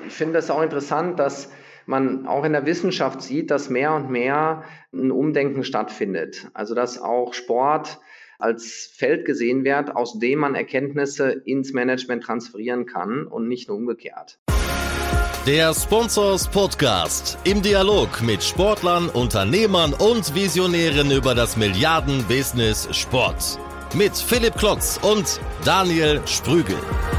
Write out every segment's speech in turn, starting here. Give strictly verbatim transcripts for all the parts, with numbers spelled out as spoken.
ich finde es auch interessant, dass man auch in der Wissenschaft sieht, dass mehr und mehr ein Umdenken stattfindet. Also dass auch Sport als Feld gesehen wird, aus dem man Erkenntnisse ins Management transferieren kann und nicht nur umgekehrt. Der Sponsors Podcast im Dialog mit Sportlern, Unternehmern und Visionären über das Milliarden-Business Sport. Mit Philipp Klotz und Daniel Sprügel.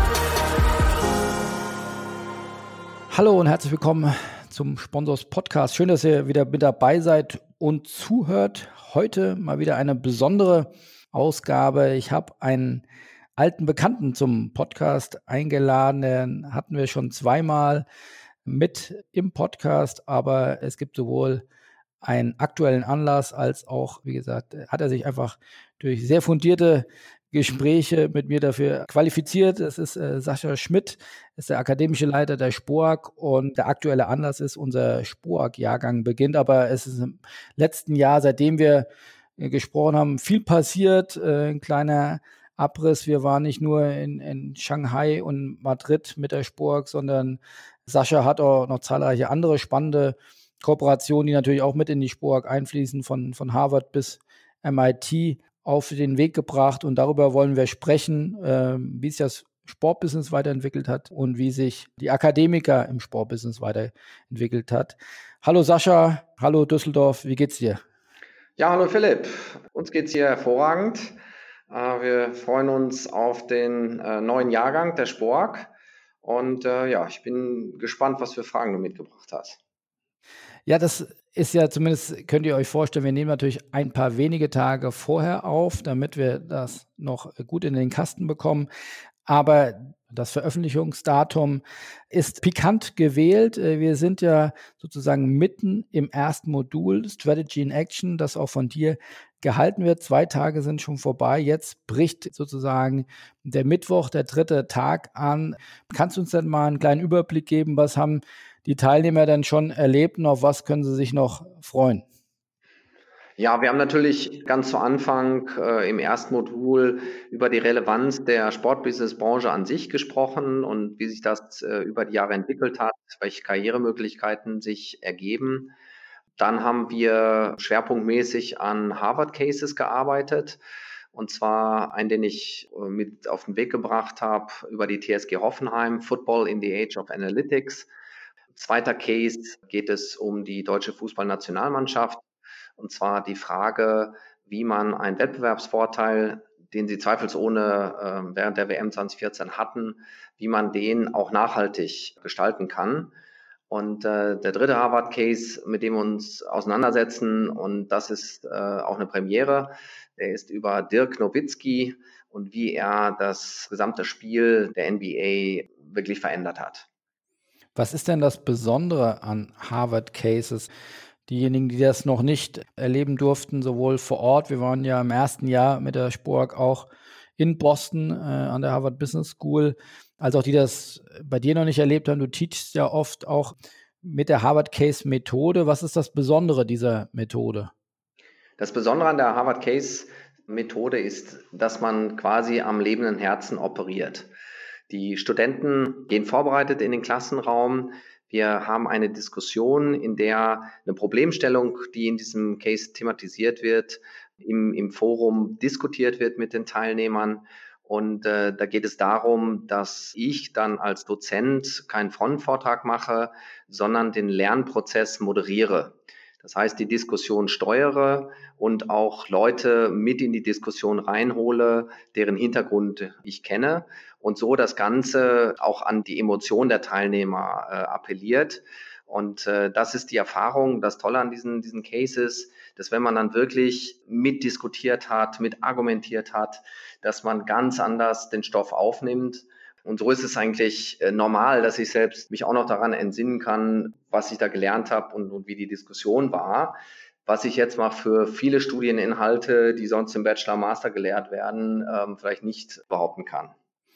Hallo und herzlich willkommen zum Sponsors Podcast. Schön, dass ihr wieder mit dabei seid und zuhört. Heute mal wieder eine besondere Ausgabe. Ich habe einen alten Bekannten zum Podcast eingeladen. Den hatten wir schon zweimal mit im Podcast, aber es gibt sowohl einen aktuellen Anlass als auch, wie gesagt, hat er sich einfach durch sehr fundierte Gespräche mit mir dafür qualifiziert. Das ist äh, Sascha Schmidt, ist der akademische Leiter der SPOAG und der aktuelle Anlass ist, unser SPOAG-Jahrgang beginnt, aber es ist im letzten Jahr, seitdem wir äh, gesprochen haben, viel passiert. Äh, ein kleiner Abriss. Wir waren nicht nur in, in Shanghai und Madrid mit der SPOAG, sondern Sascha hat auch noch zahlreiche andere spannende Kooperationen, die natürlich auch mit in die SPOAG einfließen, von, von Harvard bis M I T auf den Weg gebracht. Und darüber wollen wir sprechen, äh, wie sich das Sportbusiness weiterentwickelt hat und wie sich die Akademiker im Sportbusiness weiterentwickelt hat. Hallo Sascha, hallo Düsseldorf, wie geht's dir? Ja, hallo Philipp. Uns geht's hier hervorragend. Äh, wir freuen uns auf den äh, neuen Jahrgang der SPOAG. Und äh, ja, ich bin gespannt, was für Fragen du mitgebracht hast. Ja, das ist ja zumindest, könnt ihr euch vorstellen, wir nehmen natürlich ein paar wenige Tage vorher auf, damit wir das noch gut in den Kasten bekommen. Aber das Veröffentlichungsdatum ist pikant gewählt. Wir sind ja sozusagen mitten im ersten Modul Strategy in Action, das auch von dir gehalten wird. Zwei Tage sind schon vorbei. Jetzt bricht sozusagen der Mittwoch, der dritte Tag an. Kannst du uns denn mal einen kleinen Überblick geben? Was haben die Teilnehmer denn schon erlebt und auf was können sie sich noch freuen? Ja, wir haben natürlich ganz zu Anfang äh, im ersten Modul über die Relevanz der Sportbusiness-Branche an sich gesprochen und wie sich das äh, über die Jahre entwickelt hat, welche Karrieremöglichkeiten sich ergeben. Dann haben wir schwerpunktmäßig an Harvard-Cases gearbeitet. Und zwar einen, den ich äh, mit auf den Weg gebracht habe über die T S G Hoffenheim, Football in the Age of Analytics. Zweiter Case geht es um die deutsche Fußballnationalmannschaft. Und zwar die Frage, wie man einen Wettbewerbsvorteil, den sie zweifelsohne äh, während der W M zwanzig vierzehn hatten, wie man den auch nachhaltig gestalten kann. Und äh, der dritte Harvard-Case, mit dem wir uns auseinandersetzen, und das ist äh, auch eine Premiere, der ist über Dirk Nowitzki und wie er das gesamte Spiel der N B A wirklich verändert hat. Was ist denn das Besondere an Harvard-Cases? Diejenigen, die das noch nicht erleben durften, sowohl vor Ort, wir waren ja im ersten Jahr mit der SPOAG auch in Boston äh, an der Harvard Business School, als auch die das bei dir noch nicht erlebt haben. Du teachst ja oft auch mit der Harvard-Case-Methode. Was ist das Besondere dieser Methode? Das Besondere an der Harvard-Case-Methode ist, dass man quasi am lebenden Herzen operiert. Die Studenten gehen vorbereitet in den Klassenraum. Wir haben eine Diskussion, in der eine Problemstellung, die in diesem Case thematisiert wird, im, im Forum diskutiert wird mit den Teilnehmern. Und äh, da geht es darum, dass ich dann als Dozent keinen Frontvortrag mache, sondern den Lernprozess moderiere. Das heißt, die Diskussion steuere und auch Leute mit in die Diskussion reinhole, deren Hintergrund ich kenne und so das Ganze auch an die Emotion der Teilnehmer äh, appelliert. Und äh, das ist die Erfahrung, das Tolle an diesen, diesen Cases, dass wenn man dann wirklich mitdiskutiert hat, mit argumentiert hat, dass man ganz anders den Stoff aufnimmt. Und so ist es eigentlich äh, normal, dass ich selbst mich auch noch daran entsinnen kann, was ich da gelernt habe und, und wie die Diskussion war. Was ich jetzt mal für viele Studieninhalte, die sonst im Bachelor, Master gelehrt werden, ähm, vielleicht nicht behaupten kann.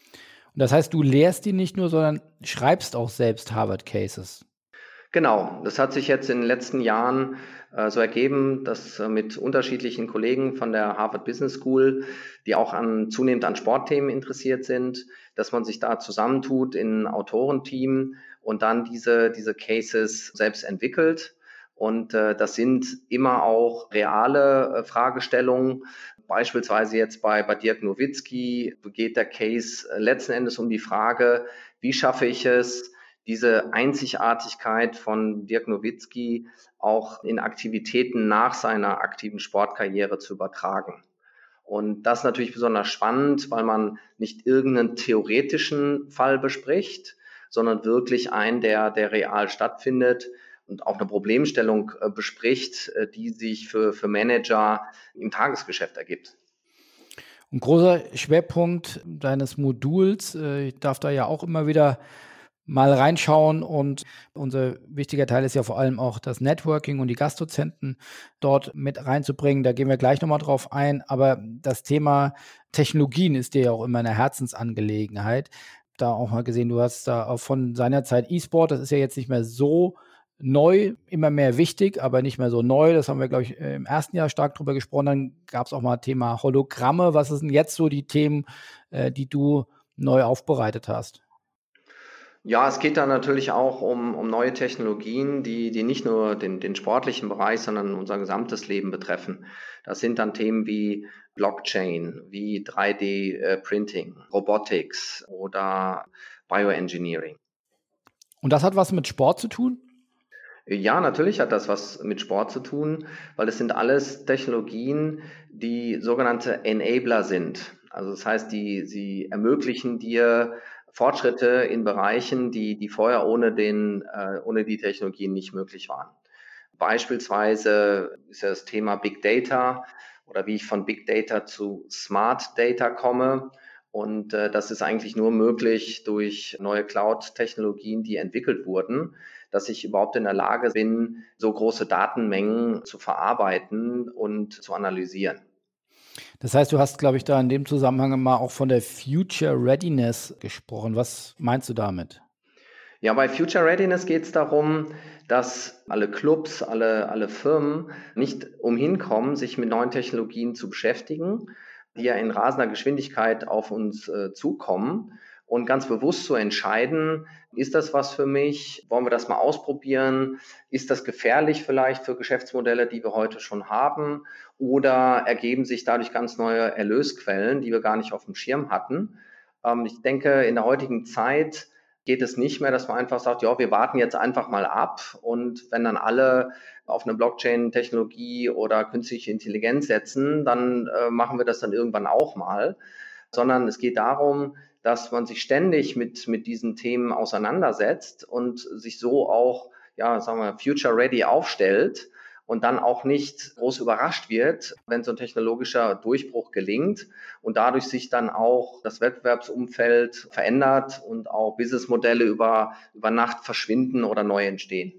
Und das heißt, du lehrst die nicht nur, sondern schreibst auch selbst Harvard-Cases. Genau, das hat sich jetzt in den letzten Jahren äh, so ergeben, dass äh, mit unterschiedlichen Kollegen von der Harvard Business School, die auch an, zunehmend an Sportthemen interessiert sind, dass man sich da zusammentut in ein Autorenteam und dann diese, diese Cases selbst entwickelt. Und äh, das sind immer auch reale äh, Fragestellungen. Beispielsweise jetzt bei, bei Dirk Nowitzki geht der Case äh, letzten Endes um die Frage, wie schaffe ich es, diese Einzigartigkeit von Dirk Nowitzki auch in Aktivitäten nach seiner aktiven Sportkarriere zu übertragen. Und das ist natürlich besonders spannend, weil man nicht irgendeinen theoretischen Fall bespricht, sondern wirklich einen, der, der real stattfindet und auch eine Problemstellung äh, bespricht, äh, die sich für, für Manager im Tagesgeschäft ergibt. Ein großer Schwerpunkt deines Moduls, äh, ich darf da ja auch immer wieder mal reinschauen, und unser wichtiger Teil ist ja vor allem auch das Networking und die Gastdozenten dort mit reinzubringen. Da gehen wir gleich nochmal drauf ein, aber das Thema Technologien ist dir ja auch immer eine Herzensangelegenheit. Da auch mal gesehen, du hast da auch von seiner Zeit E-Sport, das ist ja jetzt nicht mehr so neu, immer mehr wichtig, aber nicht mehr so neu. Das haben wir, glaube ich, im ersten Jahr stark drüber gesprochen. Dann gab es auch mal Thema Hologramme. Was sind jetzt so die Themen, äh, die du neu aufbereitet hast? Ja, es geht da natürlich auch um, um neue Technologien, die, die nicht nur den, den sportlichen Bereich, sondern unser gesamtes Leben betreffen. Das sind dann Themen wie Blockchain, wie drei D-Printing, Robotics oder Bioengineering. Und das hat was mit Sport zu tun? Ja, natürlich hat das was mit Sport zu tun, weil es sind alles Technologien, die sogenannte Enabler sind. Also das heißt, die, sie ermöglichen dir Fortschritte in Bereichen, die, die vorher ohne, den, äh, ohne die Technologien nicht möglich waren. Beispielsweise ist ja das Thema Big Data oder wie ich von Big Data zu Smart Data komme. Und äh, das ist eigentlich nur möglich durch neue Cloud-Technologien, die entwickelt wurden, dass ich überhaupt in der Lage bin, so große Datenmengen zu verarbeiten und zu analysieren. Das heißt, du hast, glaube ich, da in dem Zusammenhang mal auch von der Future Readiness gesprochen. Was meinst du damit? Ja, bei Future Readiness geht es darum, dass alle Clubs, alle, alle Firmen nicht umhin kommen, sich mit neuen Technologien zu beschäftigen, die ja in rasender Geschwindigkeit auf uns äh, zukommen, und ganz bewusst zu entscheiden, ist das was für mich? Wollen wir das mal ausprobieren? Ist das gefährlich vielleicht für Geschäftsmodelle, die wir heute schon haben? Oder ergeben sich dadurch ganz neue Erlösquellen, die wir gar nicht auf dem Schirm hatten? Ähm, ich denke, in der heutigen Zeit geht es nicht mehr, dass man einfach sagt, ja, wir warten jetzt einfach mal ab, und wenn dann alle auf eine Blockchain-Technologie oder künstliche Intelligenz setzen, dann äh, machen wir das dann irgendwann auch mal. Sondern es geht darum, dass man sich ständig mit, mit diesen Themen auseinandersetzt und sich so auch, ja, sagen wir, future ready aufstellt und dann auch nicht groß überrascht wird, wenn so ein technologischer Durchbruch gelingt und dadurch sich dann auch das Wettbewerbsumfeld verändert und auch Businessmodelle über, über Nacht verschwinden oder neu entstehen.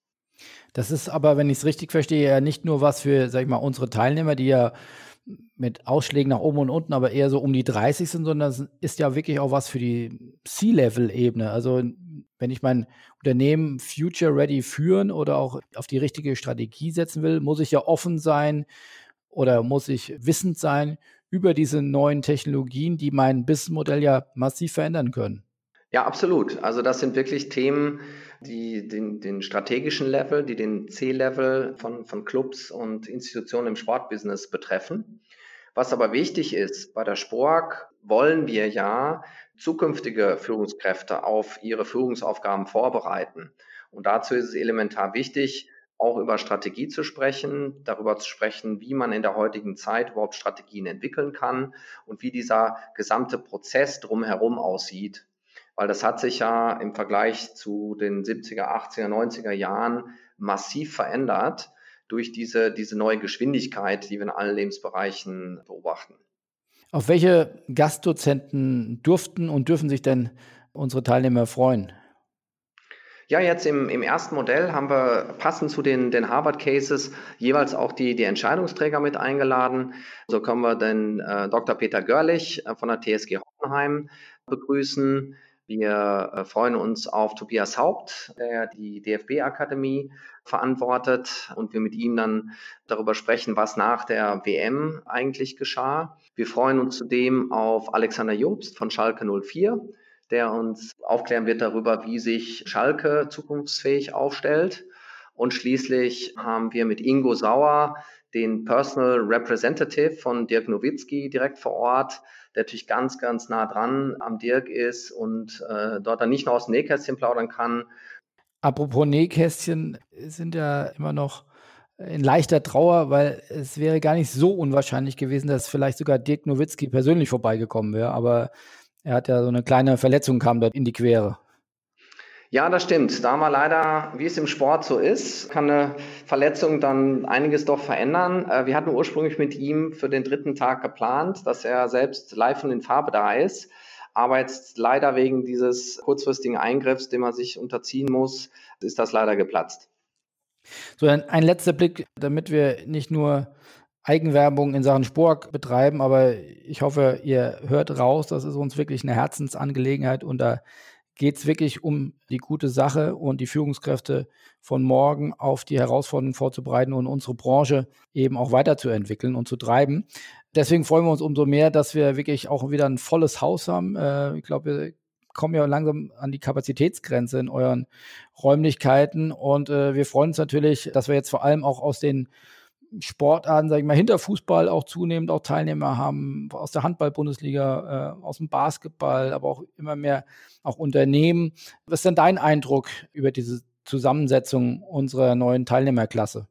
Das ist aber, wenn ich es richtig verstehe, ja nicht nur was für, sag ich mal, unsere Teilnehmer, die ja mit Ausschlägen nach oben und unten, aber eher so um die dreißig sind, sondern das ist ja wirklich auch was für die C-Level-Ebene. Also wenn ich mein Unternehmen future-ready führen oder auch auf die richtige Strategie setzen will, muss ich ja offen sein oder muss ich wissend sein über diese neuen Technologien, die mein Businessmodell ja massiv verändern können. Ja, absolut. Also das sind wirklich Themen, die den, den strategischen Level, die den C-Level von, von Clubs und Institutionen im Sportbusiness betreffen. Was aber wichtig ist, bei der Spork wollen wir ja zukünftige Führungskräfte auf ihre Führungsaufgaben vorbereiten. Und dazu ist es elementar wichtig, auch über Strategie zu sprechen, darüber zu sprechen, wie man in der heutigen Zeit überhaupt Strategien entwickeln kann und wie dieser gesamte Prozess drumherum aussieht. Weil das hat sich ja im Vergleich zu den siebziger, achtziger, neunziger Jahren massiv verändert durch diese, diese neue Geschwindigkeit, die wir in allen Lebensbereichen beobachten. Auf welche Gastdozenten durften und dürfen sich denn unsere Teilnehmer freuen? Ja, jetzt im, im ersten Modell haben wir passend zu den, den Harvard-Cases jeweils auch die, die Entscheidungsträger mit eingeladen. So können wir den äh, Doktor Peter Görlich äh, von der T S G Hoffenheim begrüßen. Wir äh, freuen uns auf Tobias Haupt, der die D F B-Akademie verantwortet, und wir mit ihm dann darüber sprechen, was nach der W M eigentlich geschah. Wir freuen uns zudem auf Alexander Jobst von Schalke null vier, der uns aufklären wird darüber, wie sich Schalke zukunftsfähig aufstellt. Und schließlich haben wir mit Ingo Sauer den Personal Representative von Dirk Nowitzki direkt vor Ort, der natürlich ganz, ganz nah dran am Dirk ist und äh, dort dann nicht nur aus dem Nähkästchen plaudern kann. Apropos Nähkästchen, sind ja immer noch in leichter Trauer, weil es wäre gar nicht so unwahrscheinlich gewesen, dass vielleicht sogar Dirk Nowitzki persönlich vorbeigekommen wäre. Aber er hat ja so eine kleine Verletzung, kam dort in die Quere. Ja, das stimmt. Da war leider, wie es im Sport so ist, kann eine Verletzung dann einiges doch verändern. Wir hatten ursprünglich mit ihm für den dritten Tag geplant, dass er selbst live und in Farbe da ist. Aber jetzt leider wegen dieses kurzfristigen Eingriffs, dem er sich unterziehen muss, ist das leider geplatzt. So, ein, ein letzter Blick, damit wir nicht nur Eigenwerbung in Sachen Sport betreiben, aber ich hoffe, ihr hört raus, das ist uns wirklich eine Herzensangelegenheit und da geht es wirklich um die gute Sache und die Führungskräfte von morgen auf die Herausforderungen vorzubereiten und unsere Branche eben auch weiterzuentwickeln und zu treiben. Deswegen freuen wir uns umso mehr, dass wir wirklich auch wieder ein volles Haus haben. Äh, ich glaube, wir kommen ja langsam an die Kapazitätsgrenze in euren Räumlichkeiten und äh, wir freuen uns natürlich, dass wir jetzt vor allem auch aus den Sportarten, sage ich mal, hinter Fußball auch zunehmend auch Teilnehmer haben, aus der Handball-Bundesliga, äh, aus dem Basketball, aber auch immer mehr auch Unternehmen. Was ist denn dein Eindruck über diese Zusammensetzung unserer neuen Teilnehmerklasse?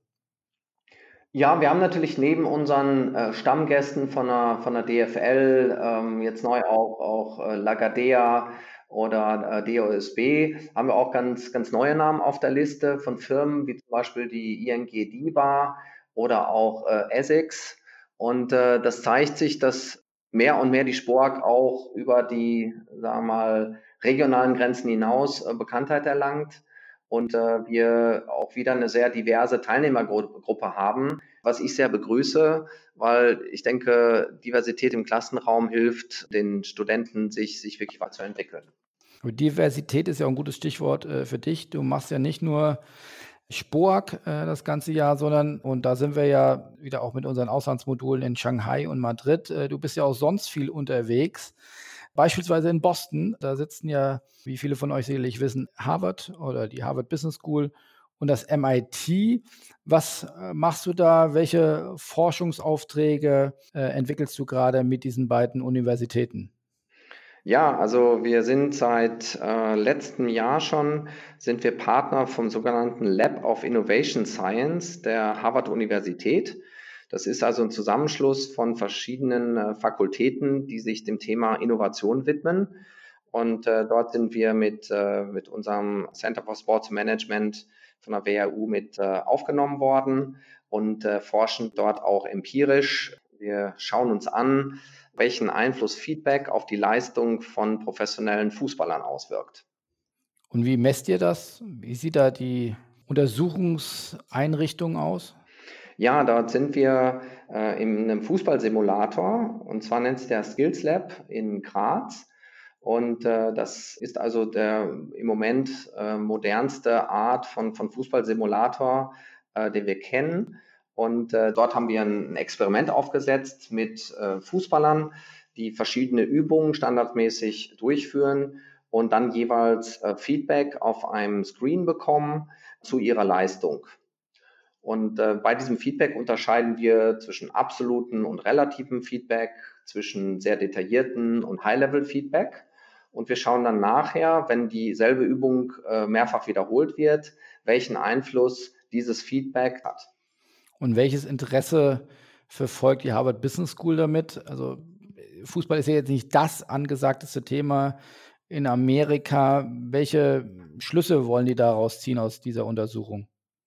Ja, wir haben natürlich neben unseren äh, Stammgästen von der, von der D F L, ähm, jetzt neu auch, auch äh, Lagardère oder äh, D O S B, haben wir auch ganz, ganz neue Namen auf der Liste von Firmen, wie zum Beispiel die I N G DiBa oder auch äh, Essex. Und äh, das zeigt sich, dass mehr und mehr die Spork auch über die, sagen wir mal, regionalen Grenzen hinaus äh, Bekanntheit erlangt. Und äh, wir auch wieder eine sehr diverse Teilnehmergruppe haben, was ich sehr begrüße, weil ich denke, Diversität im Klassenraum hilft den Studenten, sich, sich wirklich weiterzuentwickeln. Diversität ist ja auch ein gutes Stichwort äh, für dich. Du machst ja nicht nur Spork äh, das ganze Jahr, sondern, und da sind wir ja wieder auch mit unseren Auslandsmodulen in Shanghai und Madrid, äh, du bist ja auch sonst viel unterwegs. Beispielsweise in Boston, da sitzen ja, wie viele von euch sicherlich wissen, Harvard oder die Harvard Business School und das M I T. Was äh, machst du da? Welche Forschungsaufträge äh, entwickelst du gerade mit diesen beiden Universitäten? Ja, also wir sind seit äh, letztem Jahr schon, sind wir Partner vom sogenannten Lab of Innovation Science der Harvard-Universität. Das ist also ein Zusammenschluss von verschiedenen äh, Fakultäten, die sich dem Thema Innovation widmen. Und äh, dort sind wir mit, äh, mit unserem Center for Sports Management von der W H U mit äh, aufgenommen worden und äh, forschen dort auch empirisch. Wir schauen uns an, welchen Einfluss Feedback auf die Leistung von professionellen Fußballern auswirkt. Und wie messt ihr das? Wie sieht da die Untersuchungseinrichtung aus? Ja, dort sind wir äh, in einem Fußballsimulator und zwar nennt sich der Skills Lab in Graz. Und äh, das ist also der im Moment äh, modernste Art von, von Fußballsimulator, äh, den wir kennen. Und äh, dort haben wir ein Experiment aufgesetzt mit äh, Fußballern, die verschiedene Übungen standardmäßig durchführen und dann jeweils äh, Feedback auf einem Screen bekommen zu ihrer Leistung. Und äh, bei diesem Feedback unterscheiden wir zwischen absolutem und relativem Feedback, zwischen sehr detaillierten und High-Level-Feedback. Und wir schauen dann nachher, wenn dieselbe Übung äh, mehrfach wiederholt wird, welchen Einfluss dieses Feedback hat. Und welches Interesse verfolgt die Harvard Business School damit? Also Fußball ist ja jetzt nicht das angesagteste Thema in Amerika. Welche Schlüsse wollen die daraus ziehen aus dieser Untersuchung?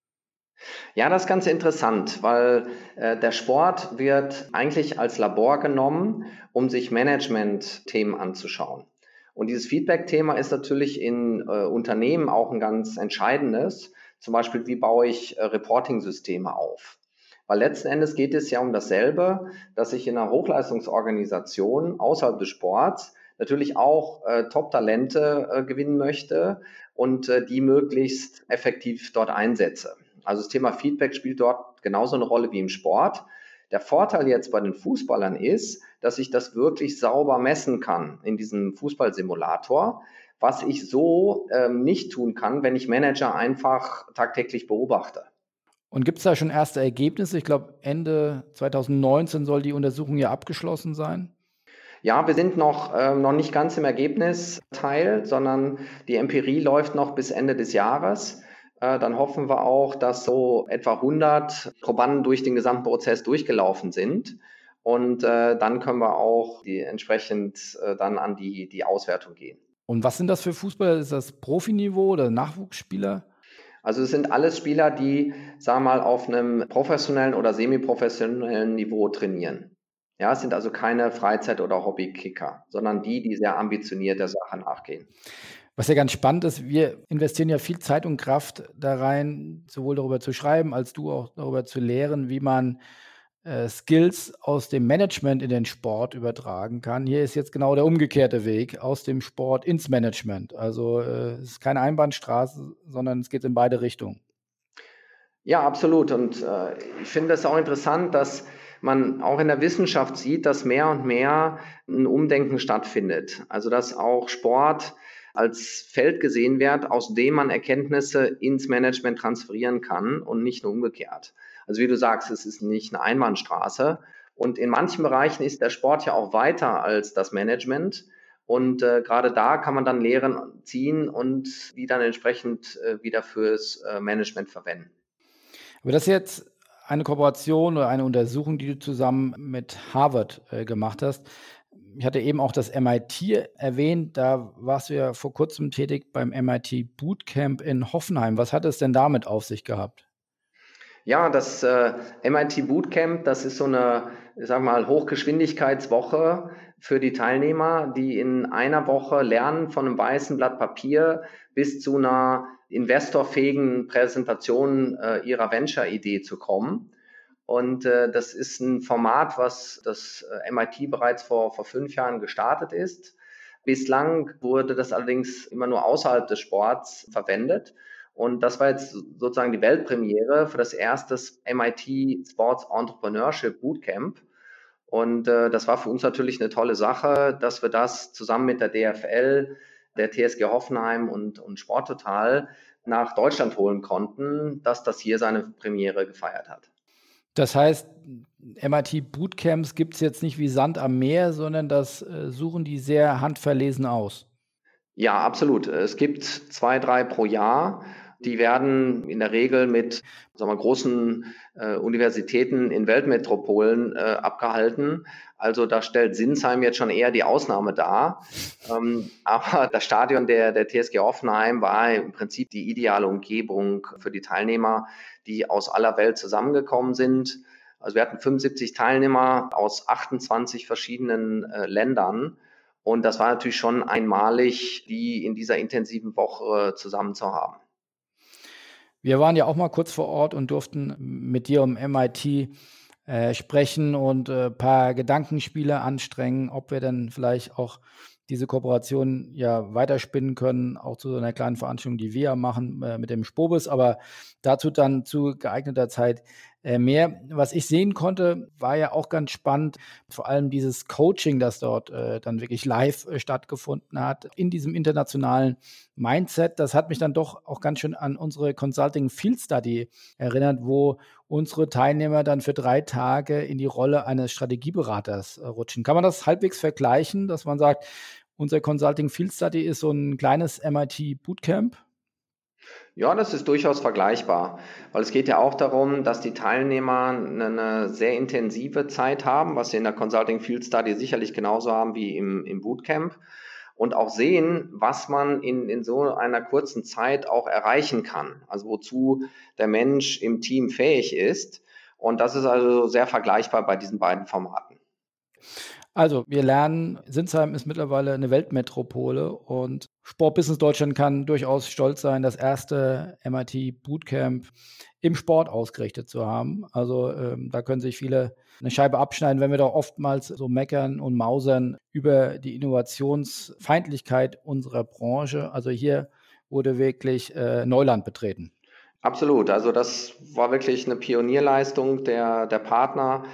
Ja, das ist ganz interessant, weil äh, der Sport wird eigentlich als Labor genommen, um sich Management-Themen anzuschauen. Und dieses Feedback-Thema ist natürlich in äh, Unternehmen auch ein ganz entscheidendes. Zum Beispiel, wie baue ich äh, Reporting-Systeme auf? Weil letzten Endes geht es ja um dasselbe, dass ich in einer Hochleistungsorganisation außerhalb des Sports natürlich auch äh, Top-Talente äh, gewinnen möchte und äh, die möglichst effektiv dort einsetze. Also das Thema Feedback spielt dort genauso eine Rolle wie im Sport. Der Vorteil jetzt bei den Fußballern ist, dass ich das wirklich sauber messen kann in diesem Fußballsimulator, was ich so ähm, nicht tun kann, wenn ich Manager einfach tagtäglich beobachte. Und gibt es da schon erste Ergebnisse? Ich glaube, Ende zwanzig neunzehn soll die Untersuchung ja abgeschlossen sein. Ja, wir sind noch, ähm, noch nicht ganz im Ergebnisteil, sondern die Empirie läuft noch bis Ende des Jahres. Äh, dann hoffen wir auch, dass so etwa hundert Probanden durch den gesamten Prozess durchgelaufen sind. Und äh, dann können wir auch die, entsprechend äh, dann an die, die Auswertung gehen. Und was sind das für Fußballer? Ist das Profiniveau oder Nachwuchsspieler? Also es sind alles Spieler, die, sagen wir mal, auf einem professionellen oder semiprofessionellen Niveau trainieren. Ja, es sind also keine Freizeit- oder Hobbykicker, sondern die, die sehr ambitioniert der Sache nachgehen. Was ja ganz spannend ist, wir investieren ja viel Zeit und Kraft da rein, sowohl darüber zu schreiben, als du auch darüber zu lehren, wie man äh, Skills aus dem Management in den Sport übertragen kann. Hier ist jetzt genau der umgekehrte Weg aus dem Sport ins Management. Also äh, es ist keine Einbahnstraße, sondern es geht in beide Richtungen. Ja, absolut. Und äh, ich finde es auch interessant, dass man auch in der Wissenschaft sieht, dass mehr und mehr ein Umdenken stattfindet. Also dass auch Sport als Feld gesehen wird, aus dem man Erkenntnisse ins Management transferieren kann und nicht nur umgekehrt. Also wie du sagst, es ist nicht eine Einbahnstraße. Und in manchen Bereichen ist der Sport ja auch weiter als das Management. Und äh, gerade da kann man dann Lehren ziehen und die dann entsprechend äh, wieder fürs äh, Management verwenden. Aber das ist jetzt eine Kooperation oder eine Untersuchung, die du zusammen mit Harvard äh, gemacht hast. Ich hatte eben auch das M I T erwähnt, da warst du ja vor kurzem tätig beim M I T Bootcamp in Hoffenheim. Was hat es denn damit auf sich gehabt? Ja, das äh, M I T Bootcamp, das ist so eine, ich sag mal, Hochgeschwindigkeitswoche für die Teilnehmer, die in einer Woche lernen, von einem weißen Blatt Papier bis zu einer investorfähigen Präsentation äh, ihrer Venture-Idee zu kommen. Und äh, das ist ein Format, was das äh, M I T bereits vor, vor fünf Jahren gestartet ist. Bislang wurde das allerdings immer nur außerhalb des Sports verwendet. Und das war jetzt sozusagen die Weltpremiere für das erste M I T Sports Entrepreneurship Bootcamp. Und äh, das war für uns natürlich eine tolle Sache, dass wir das zusammen mit der D F L, der T S G Hoffenheim und, und Sporttotal nach Deutschland holen konnten, dass das hier seine Premiere gefeiert hat. Das heißt, M I T Bootcamps gibt es jetzt nicht wie Sand am Meer, sondern das äh, suchen die sehr handverlesen aus. Ja, absolut. Es gibt zwei, drei pro Jahr. Die werden in der Regel mit sagen wir, großen äh, Universitäten in Weltmetropolen äh, abgehalten. Also da stellt Sinsheim jetzt schon eher die Ausnahme dar. Ähm, aber das Stadion der, der T S G Hoffenheim war im Prinzip die ideale Umgebung für die Teilnehmer, die aus aller Welt zusammengekommen sind. Also wir hatten fünfundsiebzig Teilnehmer aus achtundzwanzig verschiedenen äh, Ländern. Und das war natürlich schon einmalig, die in dieser intensiven Woche zusammen zu haben. Wir waren ja auch mal kurz vor Ort und durften mit dir um M I T äh, sprechen und ein äh, paar Gedankenspiele anstrengen, ob wir dann vielleicht auch diese Kooperation ja weiterspinnen können, auch zu so einer kleinen Veranstaltung, die wir machen äh, mit dem Spobis, aber dazu dann zu geeigneter Zeit äh, mehr. Was ich sehen konnte, war ja auch ganz spannend, vor allem dieses Coaching, das dort äh, dann wirklich live äh, stattgefunden hat, in diesem internationalen Mindset. Das hat mich dann doch auch ganz schön an unsere Consulting Field Study erinnert, wo unsere Teilnehmer dann für drei Tage in die Rolle eines Strategieberaters äh, rutschen. Kann man das halbwegs vergleichen, dass man sagt, unser Consulting Field Study ist so ein kleines M I T Bootcamp? Ja, das ist durchaus vergleichbar, weil es geht ja auch darum, dass die Teilnehmer eine sehr intensive Zeit haben, was sie in der Consulting Field Study sicherlich genauso haben wie im, im Bootcamp und auch sehen, was man in, in so einer kurzen Zeit auch erreichen kann, also wozu der Mensch im Team fähig ist. Und das ist also sehr vergleichbar bei diesen beiden Formaten. Also, wir lernen, Sinsheim ist mittlerweile eine Weltmetropole und Sportbusiness Deutschland kann durchaus stolz sein, das erste M I T Bootcamp im Sport ausgerichtet zu haben. Also ähm, da können sich viele eine Scheibe abschneiden, wenn wir da oftmals so meckern und mausern über die Innovationsfeindlichkeit unserer Branche. Also hier wurde wirklich äh, Neuland betreten. Absolut. Also das war wirklich eine Pionierleistung der, der Partner.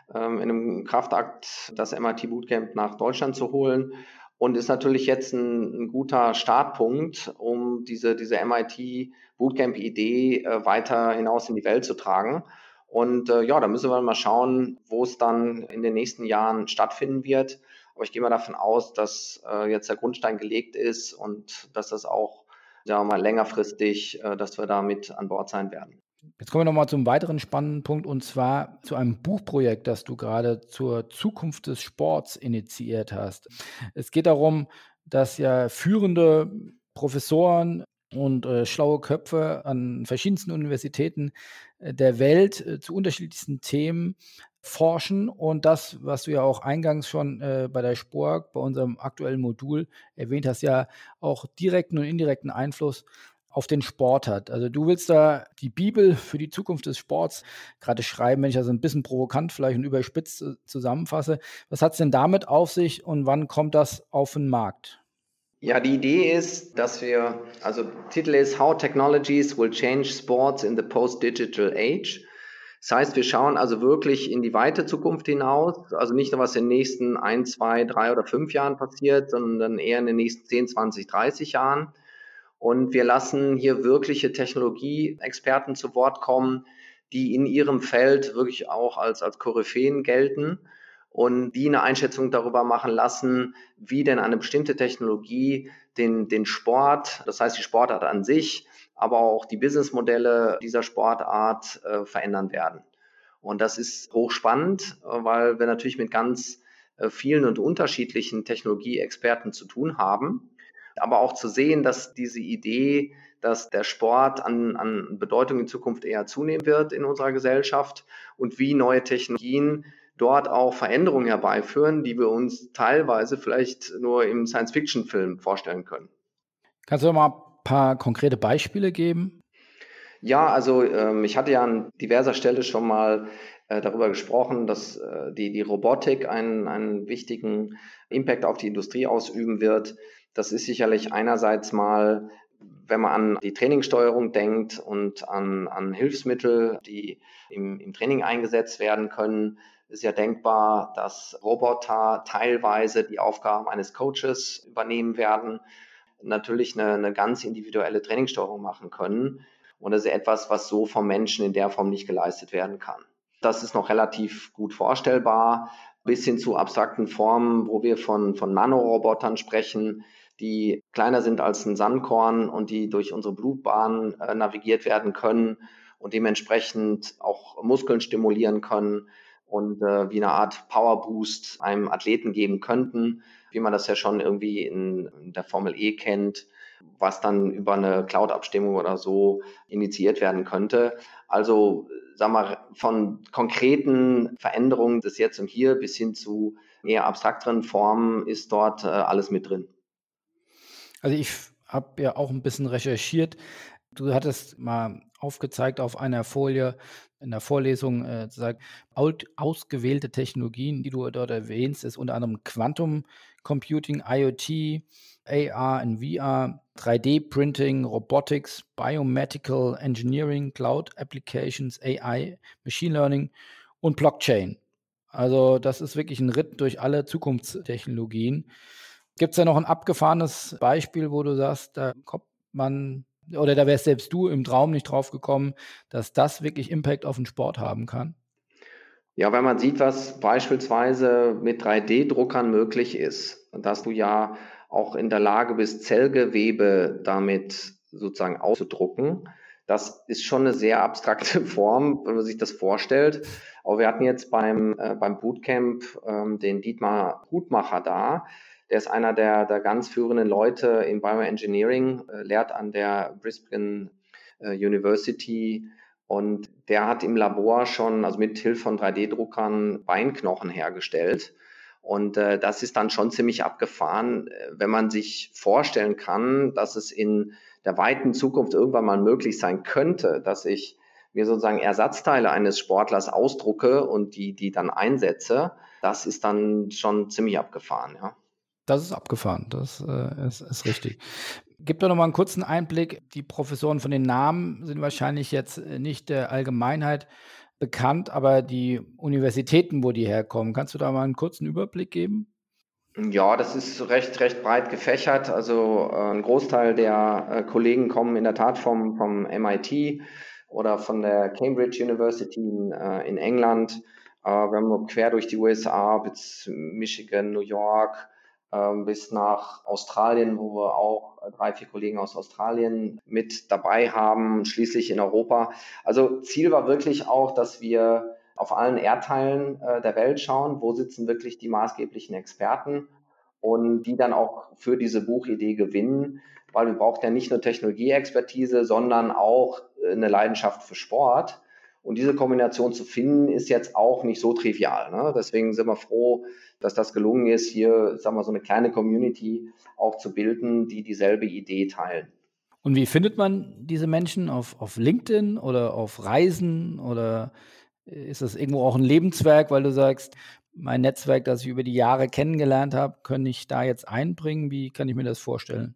ähm, in einem Kraftakt das M I T Bootcamp nach Deutschland zu holen. Und ist natürlich jetzt ein, ein guter Startpunkt, um diese, diese M I T Bootcamp-Idee äh, weiter hinaus in die Welt zu tragen. Und äh, ja, da müssen wir mal schauen, wo es dann in den nächsten Jahren stattfinden wird. Aber ich gehe mal davon aus, dass äh, jetzt der Grundstein gelegt ist und dass das auch, sagen wir mal, längerfristig, äh, dass wir da mit an Bord sein werden. Jetzt kommen wir nochmal zum weiteren spannenden Punkt, und zwar zu einem Buchprojekt, das du gerade zur Zukunft des Sports initiiert hast. Es geht darum, dass ja führende Professoren und äh, schlaue Köpfe an verschiedensten Universitäten äh, der Welt äh, zu unterschiedlichsten Themen forschen und das, was du ja auch eingangs schon äh, bei der Sporg, bei unserem aktuellen Modul erwähnt hast, ja auch direkten und indirekten Einfluss auf den Sport hat. Also du willst da die Bibel für die Zukunft des Sports gerade schreiben, wenn ich das ein bisschen provokant vielleicht und überspitzt äh, zusammenfasse. Was hat es denn damit auf sich und wann kommt das auf den Markt? Ja, die Idee ist, dass wir, also Titel ist How Technologies Will Change Sports in the Post-Digital Age. Das heißt, wir schauen also wirklich in die weite Zukunft hinaus, also nicht nur, was in den nächsten ein, zwei, drei oder fünf Jahren passiert, sondern eher in den nächsten zehn, zwanzig, dreißig Jahren. Und wir lassen hier wirkliche Technologie-Experten zu Wort kommen, die in ihrem Feld wirklich auch als, als Koryphäen gelten und die eine Einschätzung darüber machen lassen, wie denn eine bestimmte Technologie den, den Sport, das heißt die Sportart an sich, aber auch die Businessmodelle dieser Sportart äh, verändern werden. Und das ist hochspannend, weil wir natürlich mit ganz äh, vielen und unterschiedlichen Technologieexperten zu tun haben. Aber auch zu sehen, dass diese Idee, dass der Sport an, an Bedeutung in Zukunft eher zunehmen wird in unserer Gesellschaft und wie neue Technologien dort auch Veränderungen herbeiführen, die wir uns teilweise vielleicht nur im Science-Fiction-Film vorstellen können. Kannst du mal ein paar konkrete Beispiele geben? Ja, also ähm, ich hatte ja an diverser Stelle schon mal äh, darüber gesprochen, dass äh, die, die Robotik einen, einen wichtigen Impact auf die Industrie ausüben wird. Das ist sicherlich einerseits mal, wenn man an die Trainingssteuerung denkt und an, an Hilfsmittel, die im, im Training eingesetzt werden können, ist ja denkbar, dass Roboter teilweise die Aufgaben eines Coaches übernehmen werden, natürlich eine, eine ganz individuelle Trainingssteuerung machen können. Und das ist etwas, was so vom Menschen in der Form nicht geleistet werden kann. Das ist noch relativ gut vorstellbar, bis hin zu abstrakten Formen, wo wir von, von Nanorobotern sprechen, die kleiner sind als ein Sandkorn und die durch unsere Blutbahn äh, navigiert werden können und dementsprechend auch Muskeln stimulieren können und äh, wie eine Art Powerboost einem Athleten geben könnten, wie man das ja schon irgendwie in, in der Formel E kennt, was dann über eine Cloud-Abstimmung oder so initiiert werden könnte. Also, sagen wir, von konkreten Veränderungen des Jetzt und Hier bis hin zu eher abstrakteren Formen ist dort äh, alles mit drin. Also ich habe ja auch ein bisschen recherchiert. Du hattest mal aufgezeigt auf einer Folie in der Vorlesung, äh, gesagt, ausgewählte Technologien, die du dort erwähnst, ist unter anderem Quantum Computing, IoT, A R und V R, drei D Printing, Robotics, Biomedical Engineering, Cloud Applications, A I, Machine Learning und Blockchain. Also das ist wirklich ein Ritt durch alle Zukunftstechnologien. Gibt es da noch ein abgefahrenes Beispiel, wo du sagst, da kommt man, oder da wärst selbst du im Traum nicht drauf gekommen, dass das wirklich Impact auf den Sport haben kann? Ja, wenn man sieht, was beispielsweise mit drei D Druckern möglich ist, dass du ja auch in der Lage bist, Zellgewebe damit sozusagen auszudrucken, das ist schon eine sehr abstrakte Form, wenn man sich das vorstellt. Aber wir hatten jetzt beim, äh, beim Bootcamp ähm, den Dietmar Hutmacher da. Der ist einer der, der ganz führenden Leute im Bioengineering, äh, lehrt an der Brisbane äh, University und der hat im Labor schon, also mit Hilfe von drei D Druckern, Beinknochen hergestellt. Und äh, das ist dann schon ziemlich abgefahren, wenn man sich vorstellen kann, dass es in der weiten Zukunft irgendwann mal möglich sein könnte, dass ich mir sozusagen Ersatzteile eines Sportlers ausdrucke und die, die dann einsetze. Das ist dann schon ziemlich abgefahren, ja. Das ist abgefahren, das äh, ist, ist richtig. Gib doch noch mal einen kurzen Einblick. Die Professoren von den Namen sind wahrscheinlich jetzt nicht der Allgemeinheit bekannt, aber die Universitäten, wo die herkommen, kannst du da mal einen kurzen Überblick geben? Ja, das ist recht, recht breit gefächert. Also äh, ein Großteil der äh, Kollegen kommen in der Tat vom, vom M I T oder von der Cambridge University in, äh, in England. Äh, wir haben quer durch die U S A bis Michigan, New York, äh, bis nach Australien, wo wir auch drei, vier Kollegen aus Australien mit dabei haben, schließlich in Europa. Also Ziel war wirklich auch, dass wir auf allen Erdteilen äh, der Welt schauen, wo sitzen wirklich die maßgeblichen Experten und die dann auch für diese Buchidee gewinnen, weil wir brauchen ja nicht nur Technologieexpertise, sondern auch äh, eine Leidenschaft für Sport. Und diese Kombination zu finden, ist jetzt auch nicht so trivial. Ne? Deswegen sind wir froh, dass das gelungen ist, hier, sagen wir, so eine kleine Community auch zu bilden, die dieselbe Idee teilen. Und wie findet man diese Menschen? Auf, auf LinkedIn oder auf Reisen oder ist das irgendwo auch ein Lebenswerk, weil du sagst, mein Netzwerk, das ich über die Jahre kennengelernt habe, kann ich da jetzt einbringen? Wie kann ich mir das vorstellen?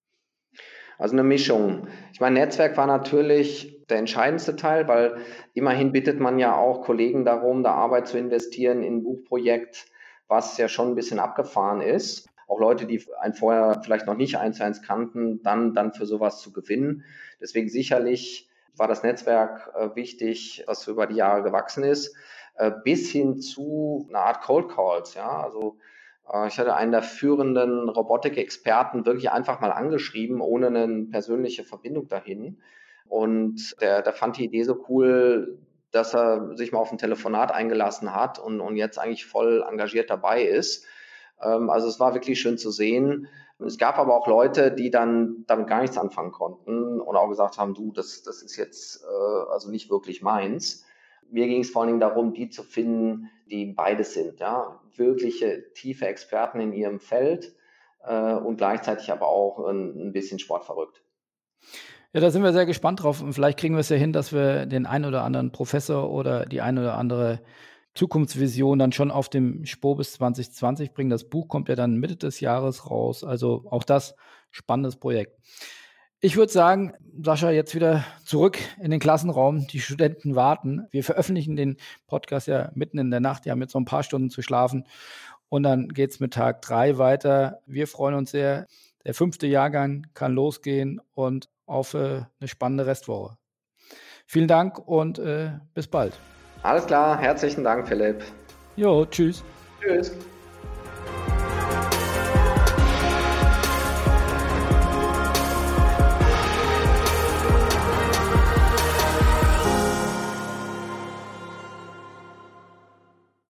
Also eine Mischung. Ich meine, Netzwerk war natürlich der entscheidendste Teil, weil immerhin bittet man ja auch Kollegen darum, da Arbeit zu investieren in ein Buchprojekt, was ja schon ein bisschen abgefahren ist. Auch Leute, die einen vorher vielleicht noch nicht eins zu eins kannten, dann, dann für sowas zu gewinnen. Deswegen sicherlich war das Netzwerk äh, wichtig, was über die Jahre gewachsen ist, äh, bis hin zu einer Art Cold Calls. Ja? Also äh, ich hatte einen der führenden Robotik-Experten wirklich einfach mal angeschrieben, ohne eine persönliche Verbindung dahin. Und der, der fand die Idee so cool, dass er sich mal auf ein Telefonat eingelassen hat und, und jetzt eigentlich voll engagiert dabei ist. Ähm, also es war wirklich schön zu sehen. Es gab aber auch Leute, die dann damit gar nichts anfangen konnten und auch gesagt haben, du, das, das ist jetzt äh, also nicht wirklich meins. Mir ging es vor allen Dingen darum, die zu finden, die beides sind, ja, wirkliche tiefe Experten in ihrem Feld äh, und gleichzeitig aber auch ein, ein bisschen sportverrückt. Ja, da sind wir sehr gespannt drauf und vielleicht kriegen wir es ja hin, dass wir den einen oder anderen Professor oder die eine oder andere Zukunftsvision dann schon auf dem Spobis zwanzig zwanzig bringen. Das Buch kommt ja dann Mitte des Jahres raus. Also auch das spannendes Projekt. Ich würde sagen, Sascha, jetzt wieder zurück in den Klassenraum. Die Studenten warten. Wir veröffentlichen den Podcast ja mitten in der Nacht. Die haben jetzt noch ein paar Stunden zu schlafen. Und dann geht es mit Tag drei weiter. Wir freuen uns sehr. Der fünfte Jahrgang kann losgehen und auf äh, eine spannende Restwoche. Vielen Dank und äh, bis bald. Alles klar, herzlichen Dank, Philipp. Jo, tschüss. Tschüss.